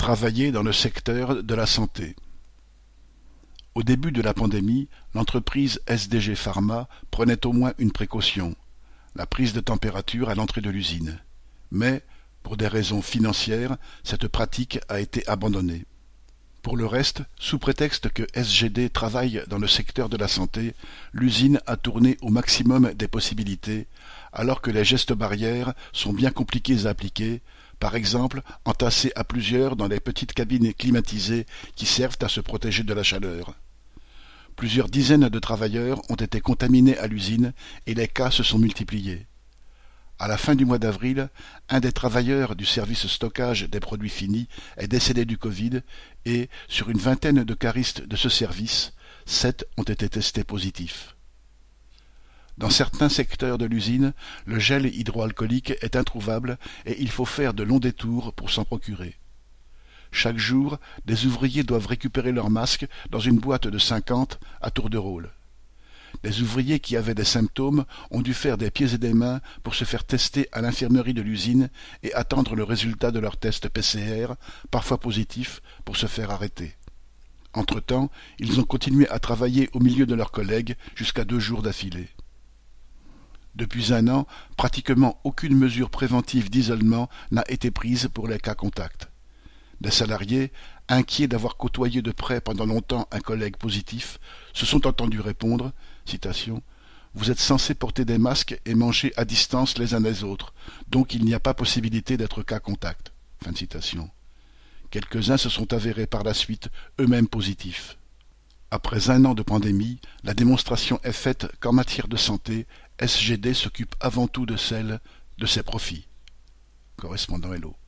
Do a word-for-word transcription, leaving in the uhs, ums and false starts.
Travailler dans le secteur de la santé. Au début de la pandémie, l'entreprise S D G Pharma prenait au moins une précaution, la prise de température à l'entrée de l'usine. Mais, pour des raisons financières, cette pratique a été abandonnée. Pour le reste, sous prétexte que S G D travaille dans le secteur de la santé, l'usine a tourné au maximum des possibilités, alors que les gestes barrières sont bien compliqués à appliquer, par exemple entassés à plusieurs dans les petites cabines climatisées qui servent à se protéger de la chaleur. Plusieurs dizaines de travailleurs ont été contaminés à l'usine et les cas se sont multipliés. À la fin du mois d'avril, un des travailleurs du service stockage des produits finis est décédé du Covid et, sur une vingtaine de caristes de ce service, sept ont été testés positifs. Dans certains secteurs de l'usine, le gel hydroalcoolique est introuvable et il faut faire de longs détours pour s'en procurer. Chaque jour, des ouvriers doivent récupérer leurs masques dans une boîte de cinquante à tour de rôle. Des ouvriers qui avaient des symptômes ont dû faire des pieds et des mains pour se faire tester à l'infirmerie de l'usine et attendre le résultat de leur test P C R, parfois positif, pour se faire arrêter. Entre-temps, ils ont continué à travailler au milieu de leurs collègues jusqu'à deux jours d'affilée. Depuis un an, pratiquement aucune mesure préventive d'isolement n'a été prise pour les cas contacts. Des salariés, inquiets d'avoir côtoyé de près pendant longtemps un collègue positif, se sont entendus répondre, citation, « Vous êtes censés porter des masques et manger à distance les uns des autres, donc il n'y a pas possibilité d'être cas contact. » Fin de citation. Quelques-uns se sont avérés par la suite eux-mêmes positifs. Après un an de pandémie, la démonstration est faite qu'en matière de santé, S G D s'occupe avant tout de celle de ses profits. Correspondant Hello.